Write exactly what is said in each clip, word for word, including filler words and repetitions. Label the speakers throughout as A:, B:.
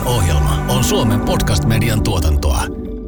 A: ohjelma on Suomen podcast-median tuotantoa.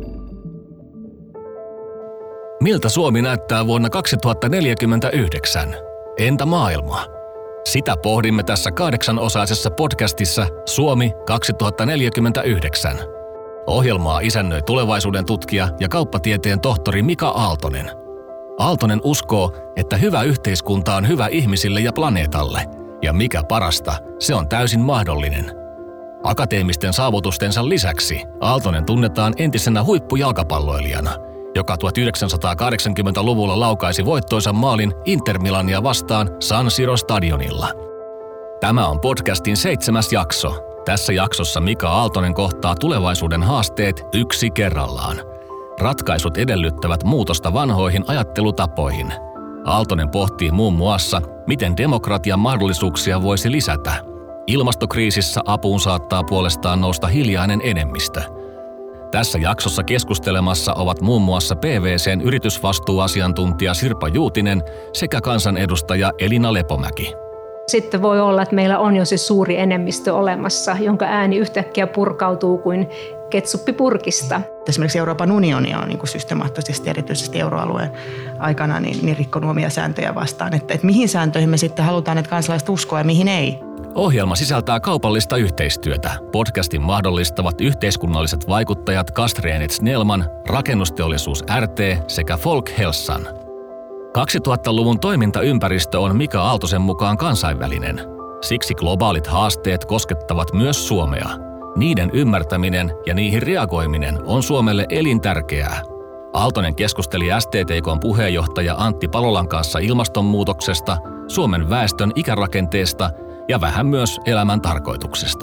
A: Miltä Suomi näyttää vuonna kaksituhattaneljäkymmentäyhdeksän? Entä maailma? Sitä pohdimme tässä kahdeksanosaisessa podcastissa Suomi kaksituhattaneljäkymmentäyhdeksän. Ohjelmaa isännöi tulevaisuuden tutkija ja kauppatieteen tohtori Mika Aaltonen. Aaltonen uskoo, että hyvä yhteiskunta on hyvä ihmisille ja planeetalle. Ja mikä parasta, se on täysin mahdollinen. Akateemisten saavutustensa lisäksi Aaltonen tunnetaan entisenä huippujalkapalloilijana, joka tuhatyhdeksänsataakahdeksankymmentäluvulla laukaisi voittoisan maalin Inter Milania vastaan San Siro-stadionilla. Tämä on podcastin seitsemäs jakso. Tässä jaksossa Mika Aaltonen kohtaa tulevaisuuden haasteet yksi kerrallaan. Ratkaisut edellyttävät muutosta vanhoihin ajattelutapoihin. Aaltonen pohtii muun muassa, miten demokratian mahdollisuuksia voisi lisätä. Ilmastokriisissä apuun saattaa puolestaan nousta hiljainen enemmistö. Tässä jaksossa keskustelemassa ovat muun muassa P V C:n yritysvastuuasiantuntija Sirpa Juutinen sekä kansanedustaja Elina Lepomäki.
B: Sitten voi olla, että meillä on jo se suuri enemmistö olemassa, jonka ääni yhtäkkiä purkautuu kuin ketsuppi purkista.
C: Esimerkiksi Euroopan unioni on niin kuin systemaattisesti, erityisesti euroalueen aikana, niin, niin rikkonut omia sääntöjä vastaan. Että, että mihin sääntöihin me sitten halutaan, että kansalaiset uskoo ja mihin ei.
A: Ohjelma sisältää kaupallista yhteistyötä. Podcastin mahdollistavat yhteiskunnalliset vaikuttajat Castreenet Snellman, Rakennusteollisuus R T sekä Folk Helssan. kaksituhattaluvun toimintaympäristö on Mika Aaltosen mukaan kansainvälinen. Siksi globaalit haasteet koskettavat myös Suomea. Niiden ymmärtäminen ja niihin reagoiminen on Suomelle elintärkeää. Aaltonen keskusteli S T T K:n puheenjohtaja Antti Palolan kanssa ilmastonmuutoksesta, Suomen väestön ikärakenteesta ja vähän myös elämän tarkoituksesta.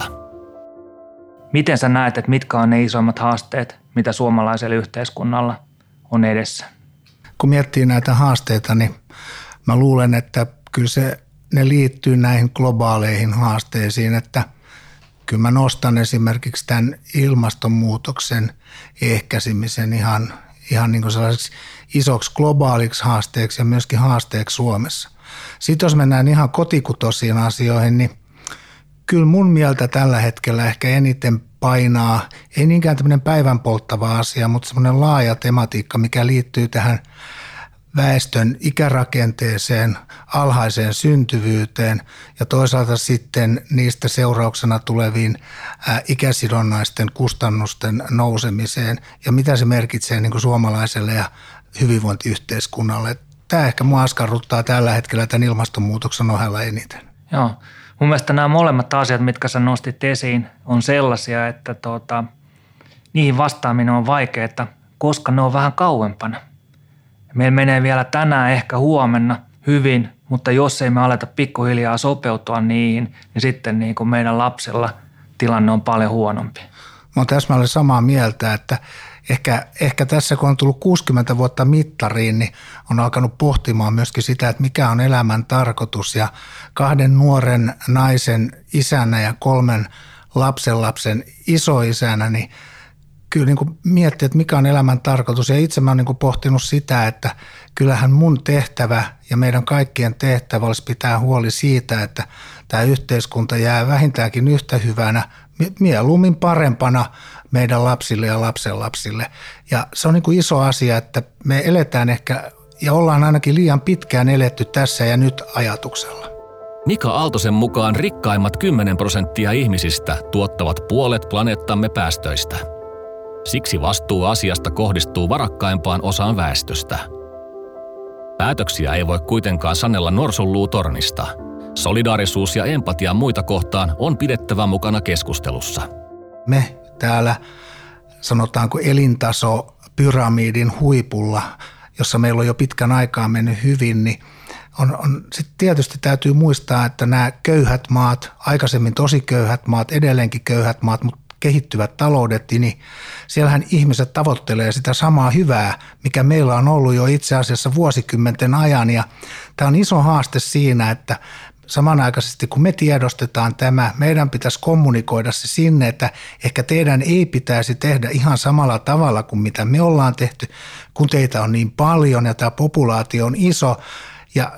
D: Miten sä näet, että mitkä on ne isoimmat haasteet, mitä suomalaisella yhteiskunnalla on edessä?
E: Kun miettii näitä haasteita, niin mä luulen, että kyllä se, ne liittyy näihin globaaleihin haasteisiin, että kyllä mä nostan esimerkiksi tämän ilmastonmuutoksen ehkäisemisen ihan, ihan niin kuin sellaiseksi isoksi globaaliksi haasteeksi ja myöskin haasteeksi Suomessa. Sitten jos mennään ihan kotikutoisiin asioihin, niin kyllä mun mieltä tällä hetkellä ehkä eniten painaa, ei niinkään tämmöinen päivän polttava asia, mutta semmoinen laaja tematiikka, mikä liittyy tähän väestön ikärakenteeseen, alhaiseen syntyvyyteen ja toisaalta sitten niistä seurauksena tuleviin ikäsidonnaisten kustannusten nousemiseen ja mitä se merkitsee niin kuin suomalaiselle ja hyvinvointiyhteiskunnalle. Tämä ehkä mua askarruttaa tällä hetkellä tämän ilmastonmuutoksen ohella eniten.
D: Joo. Mun mielestä nämä molemmat asiat, mitkä sä nostit esiin, on sellaisia, että tuota, niihin vastaaminen on vaikeaa, koska ne on vähän kauempana. Meillä menee vielä tänään, ehkä huomenna hyvin, mutta jos ei me aleta pikkuhiljaa sopeutua niihin, niin sitten niin kuin meidän lapsilla tilanne on paljon huonompi.
E: Mä oon täsmälleen samaa mieltä, että Ehkä, ehkä tässä kun on tullut kuusikymmentä vuotta mittariin, niin on alkanut pohtimaan myöskin sitä, että mikä on elämän tarkoitus ja kahden nuoren naisen isänä ja kolmen lapsenlapsen isoisänä, niin kyllä niin kuin miettii, että mikä on elämän tarkoitus. Ja itse mä oon niin kuin pohtinut sitä, että kyllähän mun tehtävä ja meidän kaikkien tehtävä olisi pitää huoli siitä, että tämä yhteiskunta jää vähintäänkin yhtä hyvänä, mieluummin parempana meidän lapsille ja lapsenlapsille. Ja se on niin kuin iso asia, että me eletään ehkä ja ollaan ainakin liian pitkään eletty tässä ja nyt ajatuksella.
A: Mika Aaltosen mukaan rikkaimmat kymmenen prosenttia ihmisistä tuottavat puolet planeettamme päästöistä. Siksi vastuu asiasta kohdistuu varakkaimpaan osaan väestöstä. Päätöksiä ei voi kuitenkaan sanella norsunluutornista. Solidaarisuus ja empatia muita kohtaan on pidettävä mukana keskustelussa.
E: Me täällä sanotaanko elintaso pyramidin huipulla, jossa meillä on jo pitkän aikaa mennyt hyvin, niin on, on, sit tietysti täytyy muistaa, että nämä köyhät maat, aikaisemmin tosi köyhät maat, edelleenkin köyhät maat, mutta kehittyvät taloudet, niin siellähän ihmiset tavoittelee sitä samaa hyvää, mikä meillä on ollut jo itse asiassa vuosikymmenten ajan. Ja tämä on iso haaste siinä, että samanaikaisesti kun me tiedostetaan tämä, meidän pitäisi kommunikoida se sinne, että ehkä teidän ei pitäisi tehdä ihan samalla tavalla kuin mitä me ollaan tehty, kun teitä on niin paljon ja tämä populaatio on iso. Ja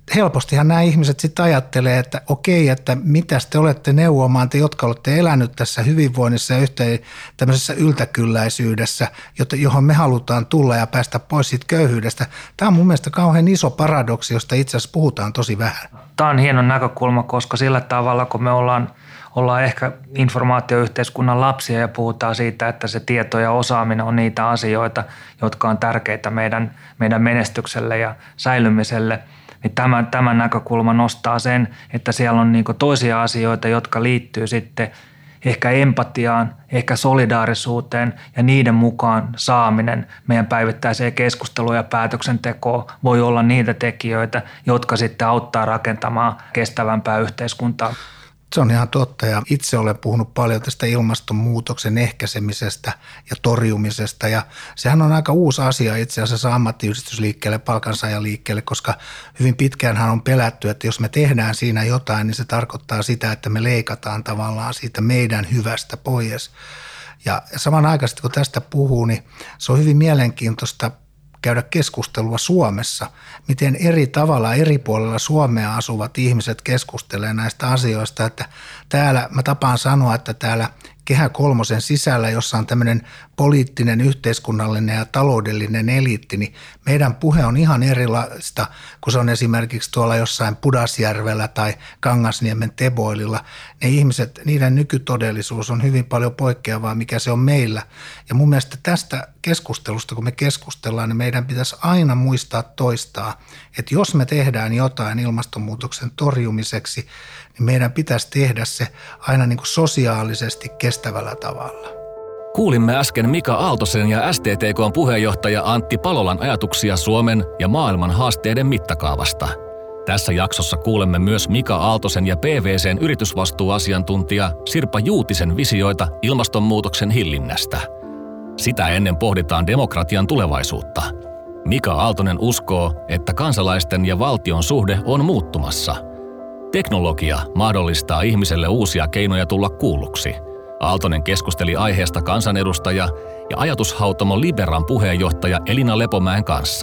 E: helpostihan nämä ihmiset sitten ajattelee, että okei, että mitäs te olette neuvomaan, te jotka olette elänyt tässä hyvinvoinnissa ja yhteen tämmöisessä yltäkylläisyydessä, johon me halutaan tulla ja päästä pois siitä köyhyydestä. Tämä on mun mielestä kauhean iso paradoksi, josta itse asiassa puhutaan tosi vähän.
D: Tämä on hieno näkökulma, koska sillä tavalla, kun me ollaan, ollaan ehkä informaatioyhteiskunnan lapsia ja puhutaan siitä, että se tieto ja osaaminen on niitä asioita, jotka on tärkeitä meidän, meidän menestykselle ja säilymiselle, niin tämän, tämän näkökulma nostaa sen, että siellä on niinku toisia asioita, jotka liittyy sitten ehkä empatiaan, ehkä solidaarisuuteen ja niiden mukaan saaminen meidän päivittäiseen keskusteluun ja päätöksentekoon voi olla niitä tekijöitä, jotka sitten auttaa rakentamaan kestävämpää yhteiskuntaa.
E: Se on ihan totta ja itse olen puhunut paljon tästä ilmastonmuutoksen ehkäisemisestä ja torjumisesta ja sehän on aika uusi asia itse asiassa ammattiyhdistysliikkeelle, palkansaajaliikkeelle, koska hyvin pitkäänhän on pelätty, että jos me tehdään siinä jotain, niin se tarkoittaa sitä, että me leikataan tavallaan siitä meidän hyvästä pois. Ja samanaikaisesti kun tästä puhuu, niin se on hyvin mielenkiintoista käydä keskustelua Suomessa, miten eri tavalla eri puolilla Suomea asuvat ihmiset keskustelee näistä asioista, että täällä mä tapaan sanoa, että täällä Kehä Kolmosen sisällä, jossa on tämmöinen poliittinen, yhteiskunnallinen ja taloudellinen eliitti, niin meidän puhe on ihan erilaista, kun se on esimerkiksi tuolla jossain Pudasjärvellä tai Kangasniemen Teboililla. Ne ihmiset, niiden nykytodellisuus on hyvin paljon poikkeavaa, mikä se on meillä. Ja mun mielestä tästä keskustelusta, kun me keskustellaan, niin meidän pitäisi aina muistaa toistaa, että jos me tehdään jotain ilmastonmuutoksen torjumiseksi, niin meidän pitäisi tehdä se aina niin kuin sosiaalisesti kestävällä tavalla.
A: Kuulimme äsken Mika Aaltosen ja S T T K:n puheenjohtaja Antti Palolan ajatuksia Suomen ja maailman haasteiden mittakaavasta. Tässä jaksossa kuulemme myös Mika Aaltosen ja P V C:n yritysvastuuasiantuntija Sirpa Juutisen visioita ilmastonmuutoksen hillinnästä. Sitä ennen pohditaan demokratian tulevaisuutta. Mika Aaltonen uskoo, että kansalaisten ja valtion suhde on muuttumassa. Teknologia mahdollistaa ihmiselle uusia keinoja tulla kuulluksi. Aaltonen keskusteli aiheesta kansanedustaja ja ajatushautomo Liberan puheenjohtaja Elina Lepomäen kanssa.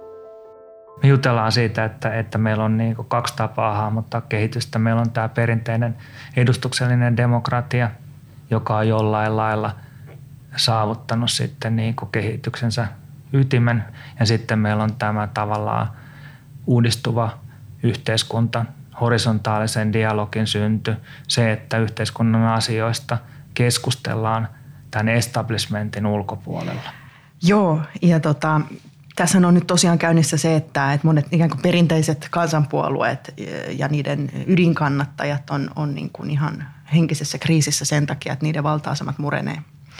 D: Me jutellaan siitä, että, että meillä on niin kuin kaksi tapaa hahmottaa kehitystä. Meillä on tämä perinteinen edustuksellinen demokratia, joka on jollain lailla saavuttanut sitten niin kuin kehityksensä ytimen. Ja sitten meillä on tämä tavallaan uudistuva yhteiskunta, horisontaalisen dialogin synty, se, että yhteiskunnan asioista keskustellaan tämän establishmentin ulkopuolella.
C: Joo, ja tota, tässä on nyt tosiaan käynnissä se, että, että monet ikään kuin perinteiset kansanpuolueet ja niiden ydinkannattajat on, on niin kuin ihan henkisessä kriisissä sen takia, että niiden valta-asemat murenee.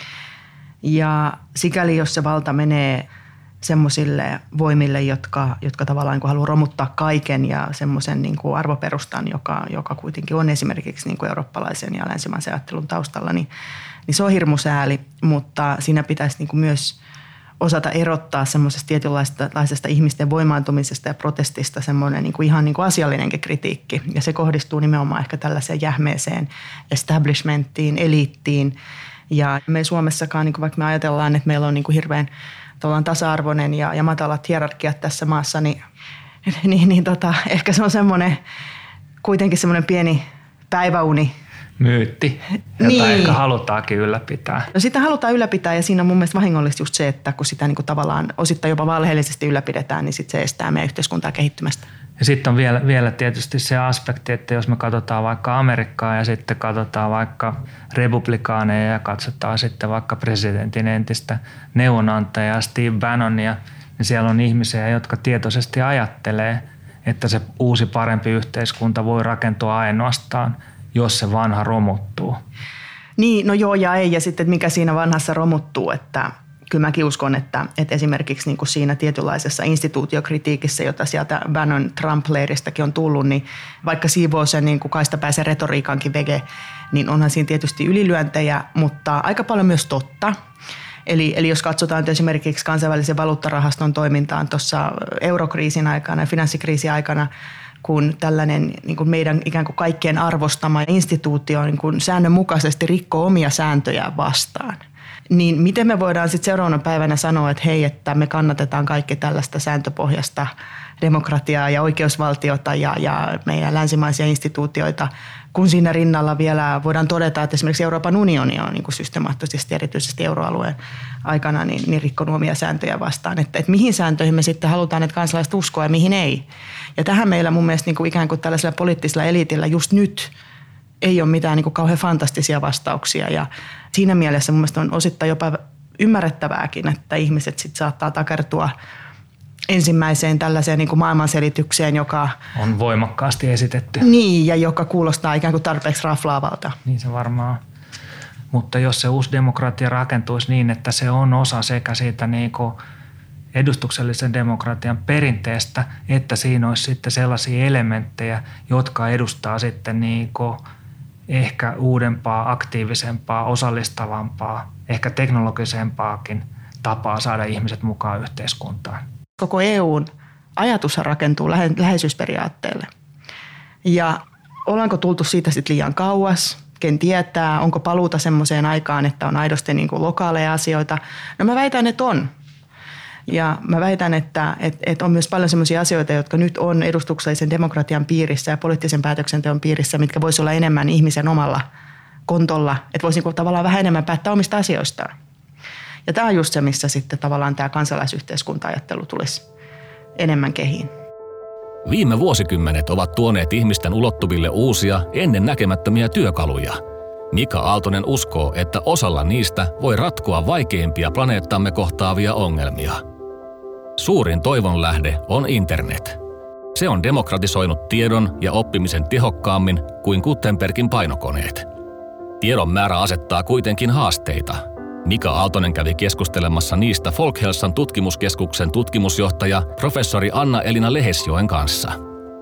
C: Ja sikäli, jos se valta menee semmoisille voimille, jotka, jotka tavallaan niin kuin haluaa romuttaa kaiken ja semmoisen niin kuin arvoperustan, joka, joka kuitenkin on esimerkiksi niin kuin eurooppalaisen ja länsimaisen ajattelun taustalla, niin, niin se on hirmu sääli, mutta siinä pitäisi niin kuin myös osata erottaa semmoisesta tietynlaisesta ihmisten voimaantumisesta ja protestista semmoinen niin kuin ihan niin kuin asiallinenkin kritiikki. Ja se kohdistuu nimenomaan ehkä tällaiseen jähmeeseen establishmenttiin, eliittiin. Ja me Suomessakaan, niin kuin vaikka me ajatellaan, että meillä on niin kuin hirveän tasa-arvoinen ja, ja matalat hierarkiat tässä maassa, niin, niin, niin tota, ehkä se on semmoinen kuitenkin semmoinen pieni päiväuni.
D: Myytti, jota niin ehkä halutaankin ylläpitää.
C: No sitä halutaan ylläpitää ja siinä on mun mielestä vahingollista just se, että kun sitä niin kuin tavallaan osittain jopa valheellisesti ylläpidetään, niin sitten se estää meidän yhteiskuntaa kehittymästä.
D: Ja sitten on vielä, vielä tietysti se aspekti, että jos me katsotaan vaikka Amerikkaa ja sitten katsotaan vaikka republikaaneja ja katsotaan sitten vaikka presidentin entistä neuvonantajaa Steve Bannonia, niin siellä on ihmisiä, jotka tietoisesti ajattelee, että se uusi parempi yhteiskunta voi rakentua ainoastaan, jos se vanha romuttuu.
C: Niin, no joo ja ei. Ja sitten, että mikä siinä vanhassa romuttuu, että kyllä mäkin uskon, että, että esimerkiksi niin kuin siinä tietynlaisessa instituutiokritiikissä, jota sieltä Bannon Trump-leiristäkin on tullut, niin vaikka siivoo sen niin kuin kaistapäisen retoriikankin vege, niin onhan siinä tietysti ylilyöntejä, mutta aika paljon myös totta. Eli, eli jos katsotaan esimerkiksi kansainvälisen valuuttarahaston toimintaan tuossa eurokriisin aikana ja finanssikriisin aikana, kun tällainen niin kuin meidän ikään kuin kaikkien arvostama instituutio niin kuin säännönmukaisesti rikkoo omia sääntöjä vastaan, niin miten me voidaan sitten seuraavana päivänä sanoa, että hei, että me kannatetaan kaikki tällaista sääntöpohjasta demokratiaa ja oikeusvaltiota ja, ja meidän länsimaisia instituutioita, kun siinä rinnalla vielä voidaan todeta, että esimerkiksi Euroopan unioni on niin kuin systemaattisesti, erityisesti euroalueen aikana, niin, niin rikkonut omia sääntöjä vastaan. Että, että mihin sääntöihin me sitten halutaan, että kansalaiset uskoo ja mihin ei. Ja tähän meillä mun mielestä niin kuin ikään kuin tällaisella poliittisella eliitillä just nyt ei ole mitään niin kuin kauhean fantastisia vastauksia. Ja siinä mielessä mun mielestä on osittain jopa ymmärrettävääkin, että ihmiset sitten saattaa takertua ensimmäiseen tällaiseen niin kuin maailmanselitykseen, joka
D: on voimakkaasti esitetty.
C: Niin, ja joka kuulostaa ikään kuin tarpeeksi raflaavalta.
D: Niin se varmaan. Mutta jos se uusi demokratia rakentuisi niin, että se on osa sekä siitä niin kuin edustuksellisen demokratian perinteestä, että siinä olisi sitten sellaisia elementtejä, jotka edustaa sitten niin kuin ehkä uudempaa, aktiivisempaa, osallistavampaa, ehkä teknologisempaakin tapaa saada ihmiset mukaan yhteiskuntaan.
C: Koko E U:n ajatus rakentuu lähe- läheisyysperiaatteelle. Ja ollaanko tultu siitä sitten liian kauas? Ken tietää, onko paluuta semmoiseen aikaan, että on aidosti niin kuin lokaaleja asioita? No mä väitän, että on. Ja mä väitän, että, että, että on myös paljon semmoisia asioita, jotka nyt on edustuksellisen demokratian piirissä ja poliittisen päätöksenteon piirissä, mitkä voisi olla enemmän ihmisen omalla kontolla. Että voisi niin kuin tavallaan vähän enemmän päättää omista asioistaan. Ja tämä on just se, missä sitten tavallaan tämä kansalaisyhteiskunta-ajattelu tulisi enemmän kehiin.
A: Viime vuosikymmenet ovat tuoneet ihmisten ulottuville uusia, ennen näkemättömiä työkaluja. Mika Aaltonen uskoo, että osalla niistä voi ratkoa vaikeimpia planeettamme kohtaavia ongelmia. Suurin toivon lähde on internet. Se on demokratisoinut tiedon ja oppimisen tehokkaammin kuin Gutenbergin painokoneet. Tiedon määrä asettaa kuitenkin haasteita. Mika Aaltonen kävi keskustelemassa niistä Folkhälsan tutkimuskeskuksen tutkimusjohtaja professori Anna-Elina Lehesjoen kanssa.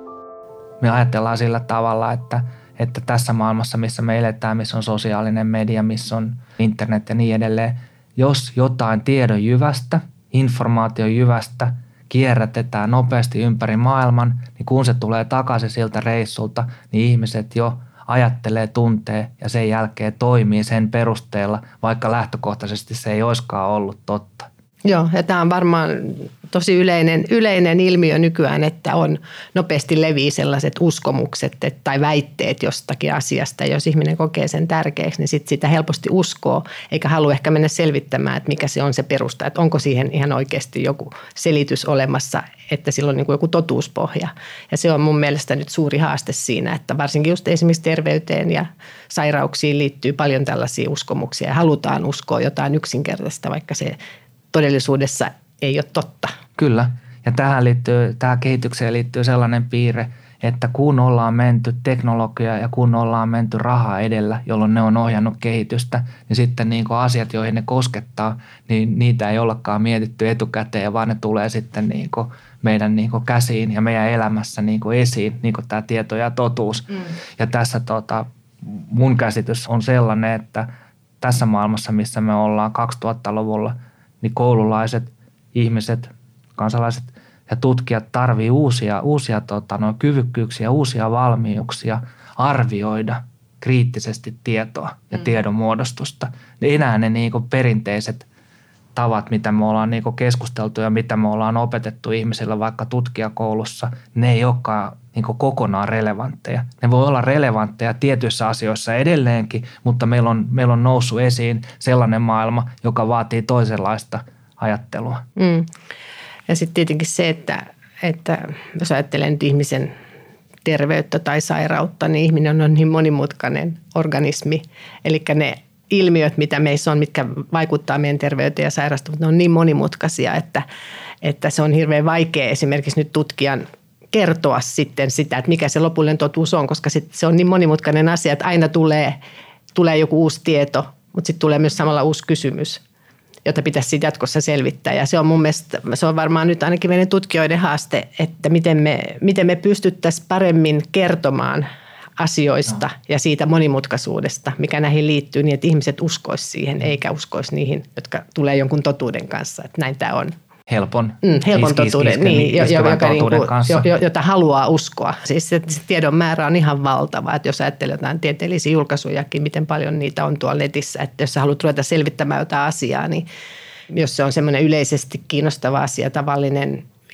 D: Me ajatellaan sillä tavalla, että, että tässä maailmassa, missä me eletään, missä on sosiaalinen media, missä on internet ja niin edelleen, jos jotain tiedon jyvästä, informaation jyvästä kierrätetään nopeasti ympäri maailman, niin kun se tulee takaisin siltä reissulta, niin ihmiset jo ajattelee, tuntee ja sen jälkeen toimii sen perusteella, vaikka lähtökohtaisesti se ei olisikaan ollut totta.
F: Joo, ja tämä on varmaan tosi yleinen, yleinen ilmiö nykyään, että on nopeasti levii sellaiset uskomukset tai väitteet jostakin asiasta. Jos ihminen kokee sen tärkeäksi, niin sit sitä helposti uskoo, eikä halua ehkä mennä selvittämään, että mikä se on se perusta, että onko siihen ihan oikeasti joku selitys olemassa, että sillä on niin kuin joku totuuspohja. Ja se on mun mielestä nyt suuri haaste siinä, että varsinkin just esimerkiksi terveyteen ja sairauksiin liittyy paljon tällaisia uskomuksia ja halutaan uskoa jotain yksinkertaista, vaikka se todellisuudessa ei ole totta.
D: Kyllä. Ja tähän, liittyy, tähän kehitykseen liittyy sellainen piirre, että kun ollaan menty teknologiaa ja kun ollaan menty rahaa edellä, jolloin ne on ohjannut kehitystä, niin sitten niin kuin asiat, joihin ne koskettaa, niin niitä ei ollakaan mietitty etukäteen, vaan ne tulee sitten niin kuin meidän niin kuin käsiin ja meidän elämässä niin kuin esiin, niin kuin tämä tieto ja totuus. Mm. Ja tässä tota, mun käsitys on sellainen, että tässä maailmassa, missä me ollaan kaksituhattaluvulla, niin koululaiset, ihmiset, kansalaiset ja tutkijat tarvii uusia, uusia tota, no, kyvykkyyksiä, uusia valmiuksia arvioida kriittisesti tietoa ja mm. tiedonmuodostusta. Enää ne niin kuin perinteiset tavat, mitä me ollaan niin kuin keskusteltu ja mitä me ollaan opetettu ihmisille vaikka tutkijakoulussa, ne ei olekaan niin kuin kokonaan relevantteja. Ne voi olla relevantteja tietyissä asioissa edelleenkin, mutta meillä on, meillä on noussut esiin sellainen maailma, joka vaatii toisenlaista ajattelua.
F: Mm. Ja sitten tietenkin se, että, että jos ajattelen nyt ihmisen terveyttä tai sairautta, niin ihminen on niin monimutkainen organismi. Eli ne ilmiöt, mitä meissä on, mitkä vaikuttaa meidän terveyteen ja sairastumaan, ne on niin monimutkaisia, että, että se on hirveän vaikea esimerkiksi nyt tutkijan kertoa sitten sitä, että mikä se lopullinen totuus on, koska sit se on niin monimutkainen asia, että aina tulee, tulee joku uusi tieto, mutta sitten tulee myös samalla uusi kysymys, jota pitäisi sitten jatkossa selvittää. Ja se on mun mielestä, se on varmaan nyt ainakin meidän tutkijoiden haaste, että miten me, miten me pystyttäisiin paremmin kertomaan asioista no. ja siitä monimutkaisuudesta, mikä näihin liittyy, niin että ihmiset uskoisivat siihen, eikä uskoisi niihin, jotka tulee jonkun totuuden kanssa, että näin tämä on.
D: Helpon,
F: mm, helpon
D: is, is,
F: totuuden,
D: is,
F: niin,
D: is,
F: joka, joka
D: totuuden
F: niinku,
D: kanssa.
F: jo, jota haluaa uskoa. Siis se, se tiedon määrä on ihan valtava, että jos ajattelee jotain tieteellisiä julkaisujakin, miten paljon niitä on tuolla netissä, että jos sä haluat ruveta selvittämään jotain asiaa, niin jos se on semmoinen yleisesti kiinnostava asia, tavallinen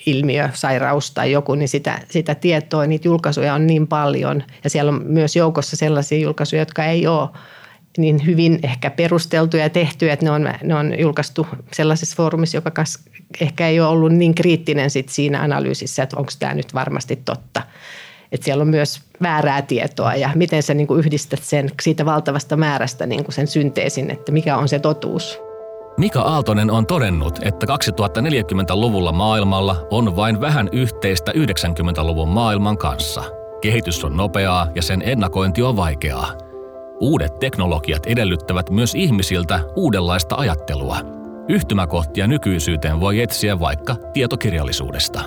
F: ilmiö, sairaus tai joku, niin sitä, sitä tietoa, niitä julkaisuja on niin paljon. Ja siellä on myös joukossa sellaisia julkaisuja, jotka ei ole niin hyvin ehkä perusteltuja ja tehtyjä, että ne on, ne on julkaistu sellaisessa foorumissa, joka ehkä ei ole ollut niin kriittinen sit siinä analyysissä, että onko tämä nyt varmasti totta. Että siellä on myös väärää tietoa ja miten sä niin kuin yhdistät sen siitä valtavasta määrästä niin kuin sen synteesin, että mikä on se totuus.
A: Mika Aaltonen on todennut, että kaksituhattaneljäkymmentäluvulla maailmalla on vain vähän yhteistä yhdeksänkymmentäluvun maailman kanssa. Kehitys on nopeaa ja sen ennakointi on vaikeaa. Uudet teknologiat edellyttävät myös ihmisiltä uudenlaista ajattelua. Yhtymäkohtia nykyisyyteen voi etsiä vaikka tietokirjallisuudesta.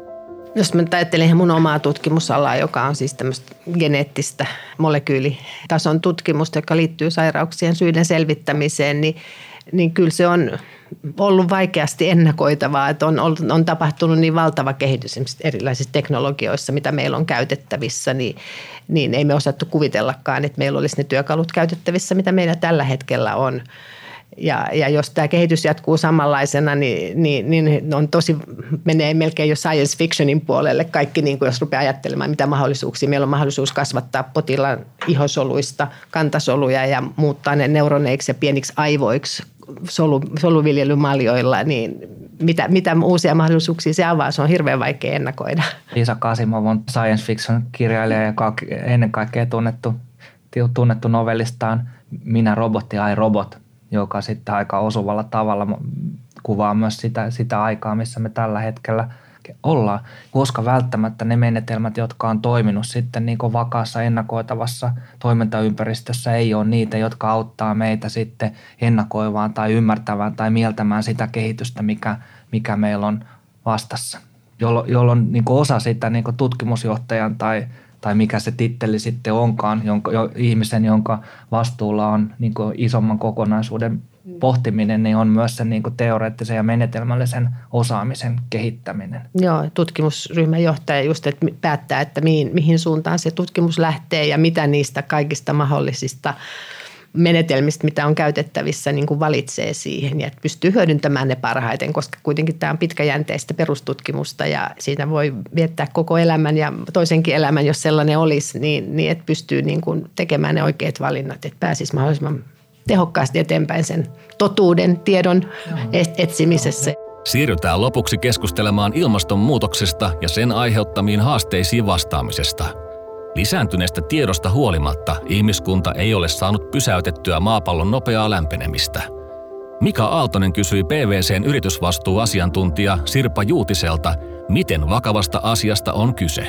F: Jos mä ajattelen mun omaa tutkimusalaa, joka on siis tämmöistä geneettistä molekyylitason tutkimusta, joka liittyy sairauksien syiden selvittämiseen, niin, niin kyllä se on ollut vaikeasti ennakoitavaa, että on, on, on tapahtunut niin valtava kehitys erilaisissa teknologioissa, mitä meillä on käytettävissä, niin, niin ei me osattu kuvitellakaan, että meillä olisi ne työkalut käytettävissä, mitä meillä tällä hetkellä on. Ja, ja jos tämä kehitys jatkuu samanlaisena, niin, niin, niin on tosi, menee melkein jo science fictionin puolelle kaikki, niin kuin jos rupeaa ajattelemaan, mitä mahdollisuuksia. Meillä on mahdollisuus kasvattaa potilaan ihosoluista kantasoluja ja muuttaa ne neuroneiksi ja pieniksi aivoiksi solu, soluviljelymaljoilla, niin mitä, mitä uusia mahdollisuuksia se avaa, se on hirveän vaikea ennakoida.
D: Isaac Asimov on science fiction kirjailija, joka on ennen kaikkea tunnettu, tunnettu novellistaan Minä robotti, I robot, joka sitten aika osuvalla tavalla kuvaa myös sitä, sitä aikaa, missä me tällä hetkellä ollaan. Koska välttämättä ne menetelmät, jotka on toiminut sitten niin kuin vakaassa ennakoitavassa toimintaympäristössä, ei ole niitä, jotka auttaa meitä sitten ennakoivaan tai ymmärtämään tai mieltämään sitä kehitystä, mikä, mikä meillä on vastassa. Jolloin, jolloin niin kuin osa sitä niin kuin tutkimusjohtajan tai tai mikä se titteli sitten onkaan, jonka, jo, ihmisen, jonka vastuulla on niin kuin isomman kokonaisuuden pohtiminen, niin on myös sen niin kuin teoreettisen ja menetelmällisen osaamisen kehittäminen.
F: Joo, tutkimusryhmän johtaja just että päättää, että mihin, mihin suuntaan se tutkimus lähtee ja mitä niistä kaikista mahdollisista menetelmistä, mitä on käytettävissä, niin kuin valitsee siihen ja että pystyy hyödyntämään ne parhaiten, koska kuitenkin tämä on pitkäjänteistä perustutkimusta ja siinä voi viettää koko elämän ja toisenkin elämän, jos sellainen olisi, niin, niin että pystyy niin kuin tekemään ne oikeat valinnat, että pääsisi mahdollisimman tehokkaasti eteenpäin sen totuuden, tiedon etsimisessä.
A: Siirrytään lopuksi keskustelemaan ilmastonmuutoksesta ja sen aiheuttamiin haasteisiin vastaamisesta. Lisääntyneestä tiedosta huolimatta ihmiskunta ei ole saanut pysäytettyä maapallon nopeaa lämpenemistä. Mika Aaltonen kysyi P V C:n yritysvastuuasiantuntija Sirpa Juutiselta, miten vakavasta asiasta on kyse.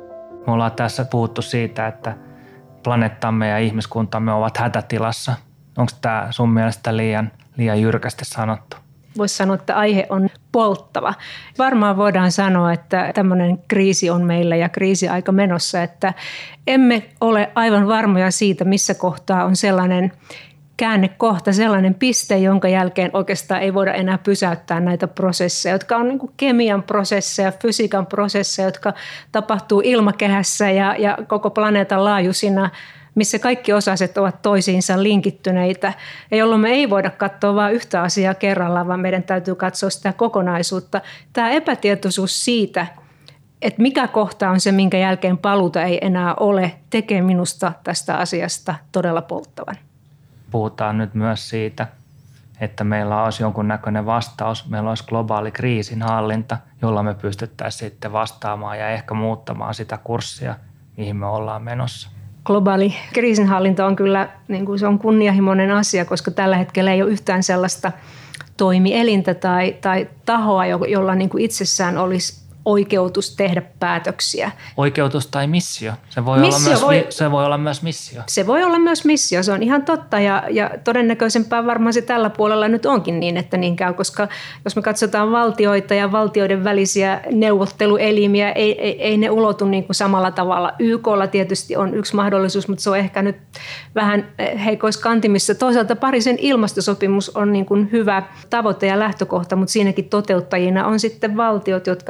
D: Me ollaan tässä puhuttu siitä, että planeettamme ja ihmiskuntamme ovat hätätilassa. Onko tämä sun mielestä liian, liian jyrkästi sanottu?
B: Voisi sanoa, että aihe on polttava. Varmaan voidaan sanoa, että tämmöinen kriisi on meillä ja kriisiaika menossa, että emme ole aivan varmoja siitä, missä kohtaa on sellainen käännekohta, sellainen piste, jonka jälkeen oikeastaan ei voida enää pysäyttää näitä prosesseja, jotka on niin kuin kemian prosesseja, fysiikan prosesseja, jotka tapahtuu ilmakehässä ja, ja koko planeetan laajuisina, missä kaikki osaset ovat toisiinsa linkittyneitä ja jolloin me ei voida katsoa vain yhtä asiaa kerrallaan, vaan meidän täytyy katsoa sitä kokonaisuutta. Tämä epätietoisuus siitä, että mikä kohta on se, minkä jälkeen paluuta ei enää ole, tekee minusta tästä asiasta todella polttavan.
D: Puhutaan nyt myös siitä, että meillä olisi jonkunnäköinen vastaus, meillä olisi globaali kriisinhallinta, jolla me pystyttäisiin sitten vastaamaan ja ehkä muuttamaan sitä kurssia, mihin me ollaan menossa.
B: Globaali kriisinhallinta on kyllä niin kuin se on kunnianhimoinen asia, koska tällä hetkellä ei ole yhtään sellaista toimielintä tai, tai tahoa, jolla niin kuin itsessään olisi oikeutus tehdä päätöksiä.
D: Oikeutus tai missio. Se voi, missio olla, myös, voi, se voi olla myös missio.
B: Se voi olla myös missio, se on ihan totta ja, ja todennäköisempää varmaan se tällä puolella nyt onkin niin, että niin käy, koska jos me katsotaan valtioita ja valtioiden välisiä neuvotteluelimiä, ei, ei, ei ne ulotu niin kuin samalla tavalla. Y K:lla tietysti on yksi mahdollisuus, mutta se on ehkä nyt vähän heikoiskantimissa. Toisaalta Pariisin ilmastosopimus on niin kuin hyvä tavoite ja lähtökohta, mutta siinäkin toteuttajina on sitten valtiot, jotka sitten yrittävät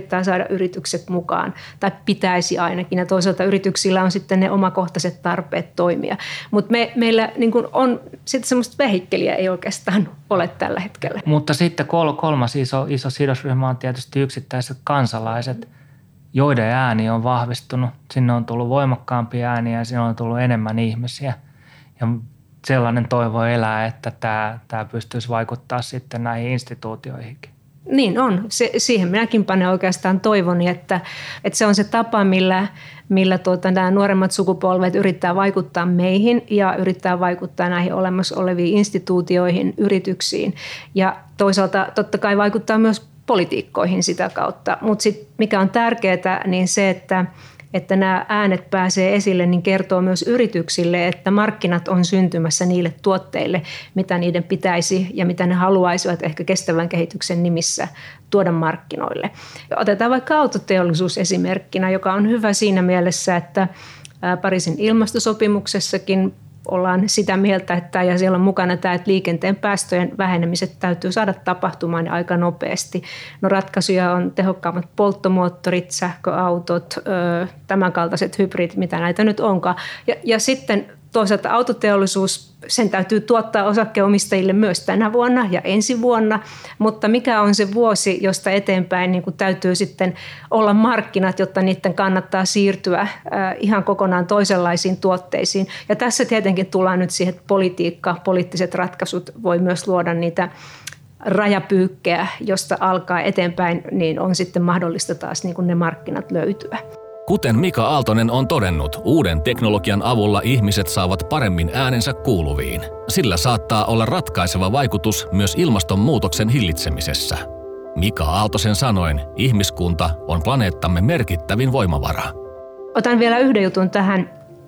B: yrittää saada yritykset mukaan, tai pitäisi ainakin, ja toisaalta yrityksillä on sitten ne omakohtaiset tarpeet toimia. Mutta me, meillä niin kun on sitten semmoista vehikkeliä ei oikeastaan ole tällä hetkellä.
D: Mutta sitten kol, kolmas iso, iso sidosryhmä on tietysti yksittäiset kansalaiset, joiden ääni on vahvistunut. Sinne on tullut voimakkaampia ääniä ja sinne on tullut enemmän ihmisiä. Ja sellainen toivo elää, että tämä, tämä pystyisi vaikuttaa sitten näihin instituutioihinkin.
B: Niin on. Se, siihen minäkin panen oikeastaan toivoni, että, että se on se tapa, millä, millä tuota, nämä nuoremmat sukupolvet yrittää vaikuttaa meihin ja yrittää vaikuttaa näihin olemassa oleviin instituutioihin, yrityksiin. Ja toisaalta totta kai vaikuttaa myös politiikkoihin sitä kautta. Mutta sitten mikä on tärkeää, niin se, että että nämä äänet pääsee esille, niin kertoo myös yrityksille, että markkinat on syntymässä niille tuotteille, mitä niiden pitäisi ja mitä ne haluaisivat ehkä kestävän kehityksen nimissä tuoda markkinoille. Otetaan vaikka autoteollisuus esimerkkinä, joka on hyvä siinä mielessä, että Pariisin ilmastosopimuksessakin ollaan sitä mieltä, että ja siellä on mukana tämä, että liikenteen päästöjen vähenemiset täytyy saada tapahtumaan aika nopeasti. No ratkaisuja on tehokkaammat polttomoottorit, sähköautot, tämänkaltaiset hybridit, mitä näitä nyt onkaan. Ja, ja sitten toisaalta autoteollisuus, sen täytyy tuottaa osakkeenomistajille myös tänä vuonna ja ensi vuonna, mutta mikä on se vuosi, josta eteenpäin niin kuin täytyy sitten olla markkinat, jotta niiden kannattaa siirtyä äh, ihan kokonaan toisenlaisiin tuotteisiin. Ja tässä tietenkin tullaan nyt siihen, että politiikka, poliittiset ratkaisut voi myös luoda niitä rajapyykkejä, josta alkaa eteenpäin, niin on sitten mahdollista taas niin kuin ne markkinat löytyä.
A: Kuten Mika Aaltonen on todennut, uuden teknologian avulla ihmiset saavat paremmin äänensä kuuluviin. Sillä saattaa olla ratkaiseva vaikutus myös ilmastonmuutoksen hillitsemisessä. Mika Aaltosen sanoin, ihmiskunta on planeettamme merkittävin voimavara.
B: Otan vielä yhden jutun tähän.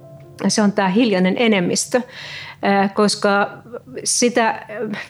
B: Se on tämä hiljainen enemmistö, koska sitä,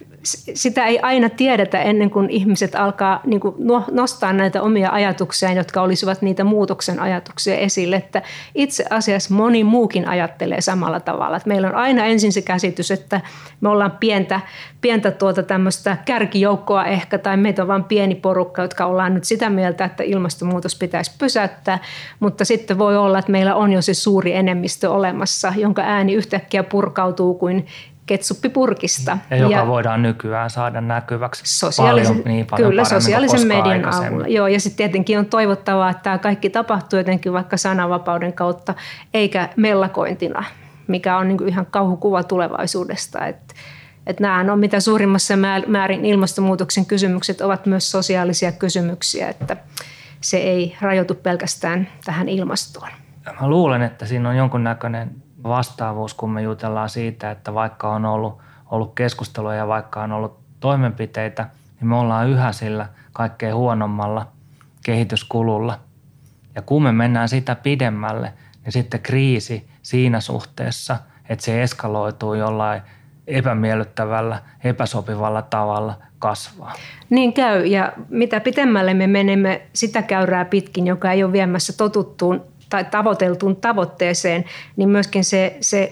B: sitä ei aina tiedetä ennen kuin ihmiset alkaa niin kuin nostaa näitä omia ajatuksiaan, jotka olisivat niitä muutoksen ajatuksia esille. Että itse asiassa moni muukin ajattelee samalla tavalla. Että meillä on aina ensin se käsitys, että me ollaan pientä, pientä tuota tämmöistä kärkijoukkoa ehkä, tai meitä on vain pieni porukka, jotka ollaan nyt sitä mieltä, että ilmastonmuutos pitäisi pysäyttää. Mutta sitten voi olla, että meillä on jo se suuri enemmistö olemassa, jonka ääni yhtäkkiä purkautuu kuin ketsuppipurkista.
D: Ja joka ja voidaan nykyään saada näkyväksi
B: sosiaalisen,
D: paljon, niin paljon
B: kyllä, sosiaalisen median avulla. Joo, ja sitten tietenkin on toivottavaa, että tämä kaikki tapahtuu jotenkin vaikka sananvapauden kautta, eikä mellakointina, mikä on niin kuin ihan kauhukuva tulevaisuudesta. Että et nämä on mitä suurimmassa määrin ilmastonmuutoksen kysymykset ovat myös sosiaalisia kysymyksiä, että se ei rajoitu pelkästään tähän ilmastoon.
D: Mä luulen, että siinä on jonkunnäköinen vastaavuus, kun me jutellaan siitä, että vaikka on ollut, ollut keskustelua ja vaikka on ollut toimenpiteitä, niin me ollaan yhä sillä kaikkein huonommalla kehityskululla. Ja kun me mennään sitä pidemmälle, niin sitten kriisi siinä suhteessa, että se eskaloituu jollain epämiellyttävällä, epäsopivalla tavalla kasvaa.
B: Niin käy, ja mitä pitemmälle me menemme sitä käyrää pitkin, joka ei ole viemässä totuttuun tai tavoiteltuun tavoitteeseen, niin myöskin se, se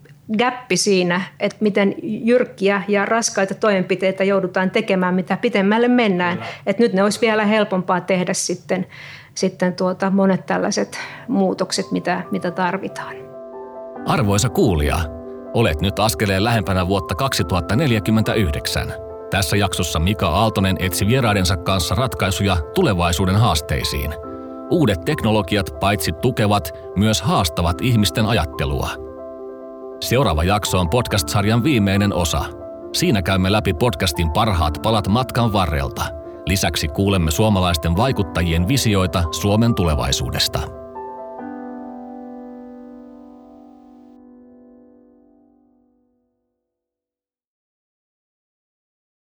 B: gäppi siinä, että miten jyrkkiä ja raskaita toimenpiteitä joudutaan tekemään, mitä pitemmälle mennään. Että nyt ne olisi vielä helpompaa tehdä sitten, sitten tuota monet tällaiset muutokset, mitä, mitä tarvitaan.
A: Arvoisa kuulija, olet nyt askeleen lähempänä vuotta kaksituhattaneljäkymmentäyhdeksän. Tässä jaksossa Mika Aaltonen etsi vieraidensa kanssa ratkaisuja tulevaisuuden haasteisiin. Uudet teknologiat paitsi tukevat, myös haastavat ihmisten ajattelua. Seuraava jakso on podcast-sarjan viimeinen osa. Siinä käymme läpi podcastin parhaat palat matkan varrelta. Lisäksi kuulemme suomalaisten vaikuttajien visioita Suomen tulevaisuudesta.